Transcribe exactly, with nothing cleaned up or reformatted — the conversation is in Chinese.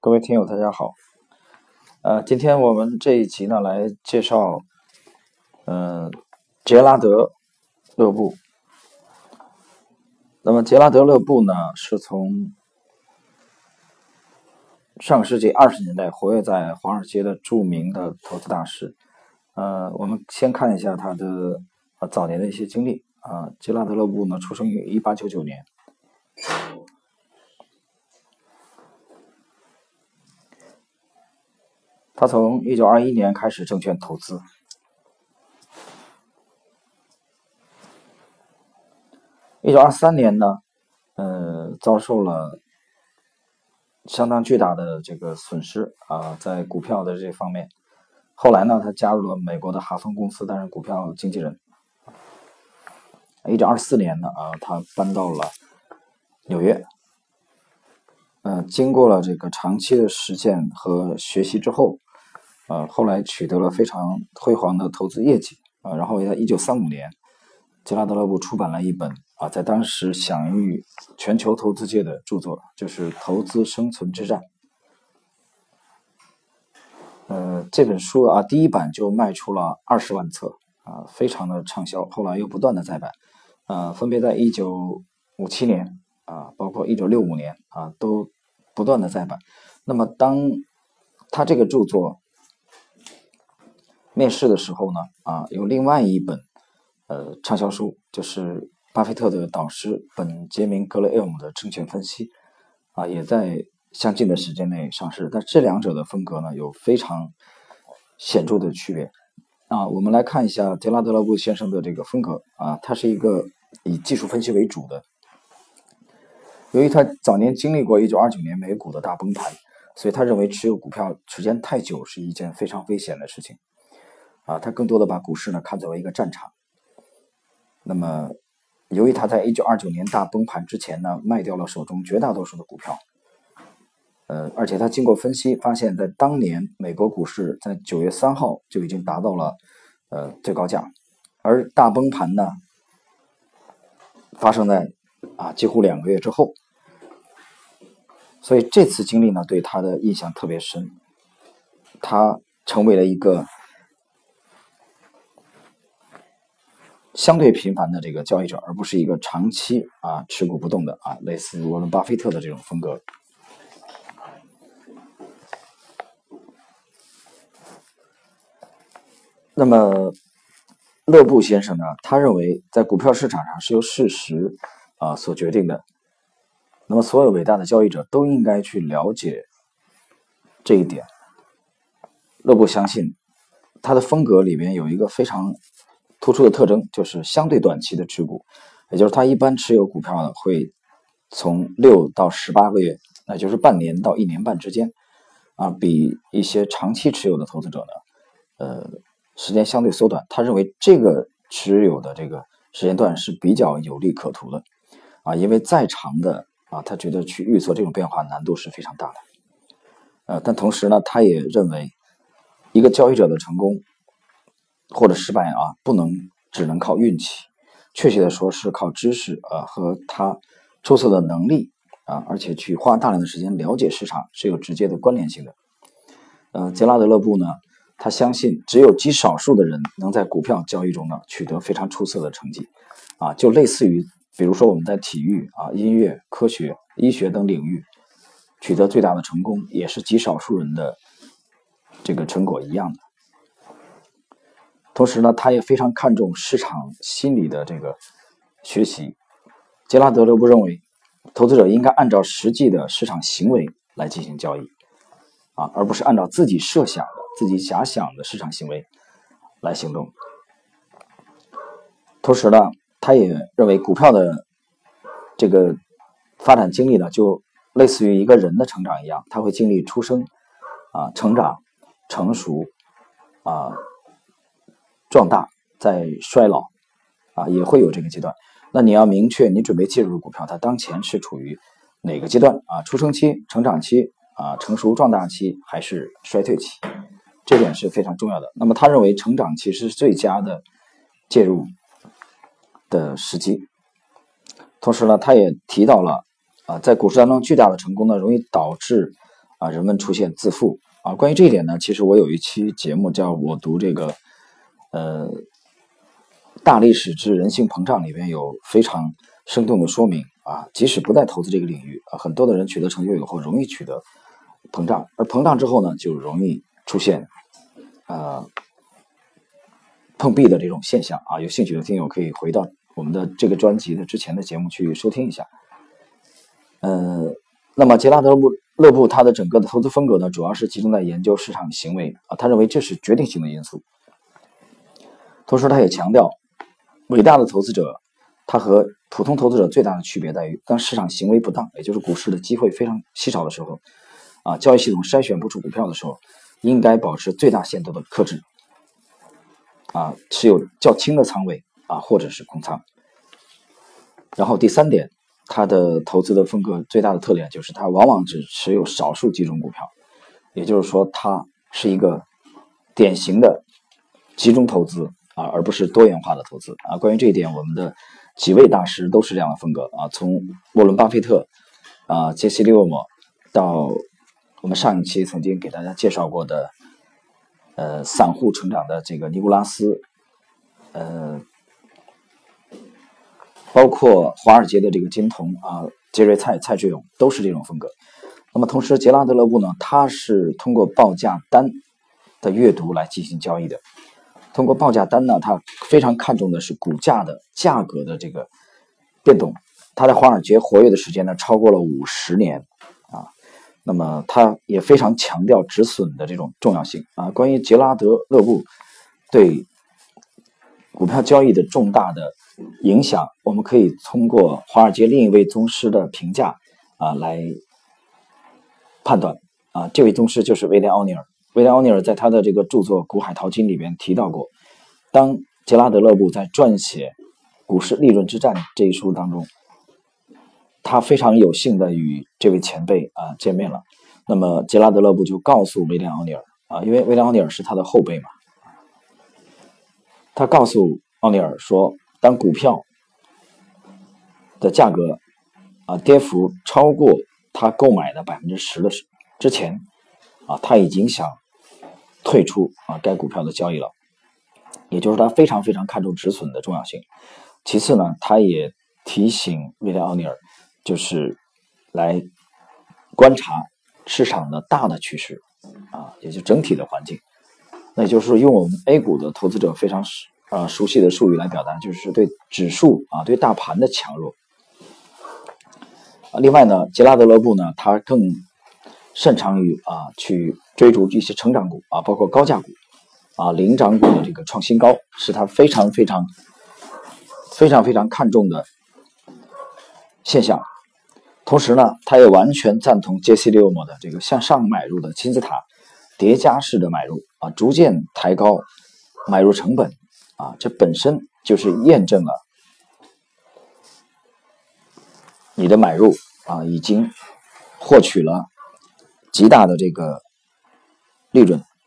各位听友大家好，呃，今天我们这一集呢来介绍，呃，杰拉德勒布。那么杰拉德勒布呢是从上个世纪二十年代活跃在华尔街的著名的投资大师。呃，我们先看一下他的呃早年的一些经历啊、呃。杰拉德勒布呢出生于一八九九年。他从一九二一年开始证券投资，一九二三年呢，呃，遭受了相当巨大的这个损失啊，在股票的这方面。后来呢，他加入了美国的哈芬公司担任股票经纪人。一九二四年呢，啊，他搬到了纽约。呃，经过了这个长期的实践和学习之后。呃，后来取得了非常辉煌的投资业绩啊、呃，然后在一九三五年，杰拉德勒布出版了一本啊，在当时享誉全球投资界的著作，就是《投资生存之战》。呃，这本书啊，第一版就卖出了二十万册啊，非常的畅销，后来又不断的再版，啊，分别在一九五七年啊，包括一九六五年啊，都不断的再版。那么当他这个著作面世的时候呢，啊，有另外一本呃畅销书，就是巴菲特的导师本杰明·格雷厄姆的证券分析，啊，也在相近的时间内上市。但这两者的风格呢，有非常显著的区别。啊，我们来看一下杰拉德勒布先生的这个风格啊，他是一个以技术分析为主的。由于他早年经历过一九二九年美股的大崩盘，所以他认为持有股票时间太久是一件非常危险的事情。啊，他更多的把股市呢看作为一个战场。那么，由于他在一九二九年大崩盘之前呢，卖掉了手中绝大多数的股票，呃，而且他经过分析发现，在当年美国股市在九月三号就已经达到了呃最高价，而大崩盘呢发生在啊几乎两个月之后，所以这次经历呢对他的印象特别深，他成为了一个相对频繁的这个交易者，而不是一个长期啊持股不动的啊，类似沃伦巴菲特的这种风格。那么勒布先生呢，他认为在股票市场上是由事实啊所决定的。那么所有伟大的交易者都应该去了解这一点。勒布相信他的风格里面有一个非常突出的特征，就是相对短期的持股，也就是他一般持有股票呢会从六到十八个月，那就是半年到一年半之间啊，比一些长期持有的投资者呢，呃，时间相对缩短。他认为这个持有的这个时间段是比较有利可图的啊，因为再长的啊，他觉得去预测这种变化难度是非常大的。呃，但同时呢，他也认为一个交易者的成功或者失败啊，不能只能靠运气，确切的说是靠知识啊和他出色的能力啊，而且去花大量的时间了解市场是有直接的关联性的。呃，杰拉德勒布呢，他相信只有极少数的人能在股票交易中呢取得非常出色的成绩啊，就类似于比如说我们在体育啊、音乐、科学、医学等领域取得最大的成功，也是极少数人的这个成果一样的。同时呢，他也非常看重市场心理的这个学习。杰拉德勒布认为，投资者应该按照实际的市场行为来进行交易，啊，而不是按照自己设想的、自己假想的市场行为来行动。同时呢，他也认为股票的这个发展经历呢，就类似于一个人的成长一样，他会经历出生、啊成长、成熟、啊。壮大再衰老啊，也会有这个阶段。那你要明确你准备介入股票，它当前是处于哪个阶段啊？出生期、成长期啊、成熟壮大期还是衰退期？这点是非常重要的。那么他认为成长期是最佳的介入的时机。同时呢，他也提到了啊，在股市当中巨大的成功呢，容易导致啊，人们出现自负啊。关于这一点呢，其实我有一期节目叫我读这个呃大历史之人性膨胀，里边有非常生动的说明啊，即使不在投资这个领域啊，很多的人取得成就以后容易取得膨胀，而膨胀之后呢，就容易出现呃碰壁的这种现象啊。有兴趣的听友可以回到我们的这个专辑的之前的节目去收听一下。呃，那么杰拉德勒布他的整个的投资风格呢，主要是集中在研究市场行为啊，他认为这是决定性的因素。同时，他也强调，伟大的投资者他和普通投资者最大的区别在于，当市场行为不当，也就是股市的机会非常稀少的时候，啊，交易系统筛选不出股票的时候，应该保持最大限度的克制，啊，持有较轻的仓位啊，或者是空仓。然后第三点，他的投资的风格最大的特点就是他往往只持有少数几种股票，也就是说，他是一个典型的集中投资啊，而不是多元化的投资啊。关于这一点，我们的几位大师都是这样的风格啊，从沃伦·巴菲特啊、杰西·利沃摩到我们上一期曾经给大家介绍过的呃散户成长的这个尼古拉斯，呃。包括华尔街的这个金童啊，杰瑞蔡蔡志勇都是这种风格。那么同时，杰拉德勒布呢，他是通过报价单的阅读来进行交易的。通过报价单呢，他非常看重的是股价的价格的这个变动。他在华尔街活跃的时间呢，超过了五十年啊。那么他也非常强调止损的这种重要性啊。关于杰拉德勒布对股票交易的重大的影响，我们可以通过华尔街另一位宗师的评价啊来判断啊。这位宗师就是威廉·奥尼尔。威廉·奥尼尔在他的这个著作《股海淘金》里边提到过，当杰拉德勒布在撰写《股市利润之战》这一书当中，他非常有幸的与这位前辈啊见面了。那么杰拉德勒布就告诉威廉·奥尼尔啊，因为威廉·奥尼尔是他的后辈嘛，他告诉奥尼尔说，当股票的价格啊跌幅超过他购买的百分之十的之前啊，他已经想退出啊该股票的交易了。也就是他非常非常看重止损的重要性。其次呢，他也提醒威廉·奥尼尔，就是来观察市场的大的趋势啊，也就整体的环境。那也就是用我们 A 股的投资者非常啊熟悉的术语来表达，就是对指数啊对大盘的强弱。啊，另外呢，杰拉德勒布呢，他更擅长于啊去追逐一些成长股啊，包括高价股啊，领涨股的这个创新高，是他非常非常非常非常看重的现象。同时呢，他也完全赞同杰西·利沃摩的这个向上买入的金字塔叠加式的买入啊，逐渐抬高买入成本啊，这本身就是验证了你的买入啊已经获取了极大的这个利润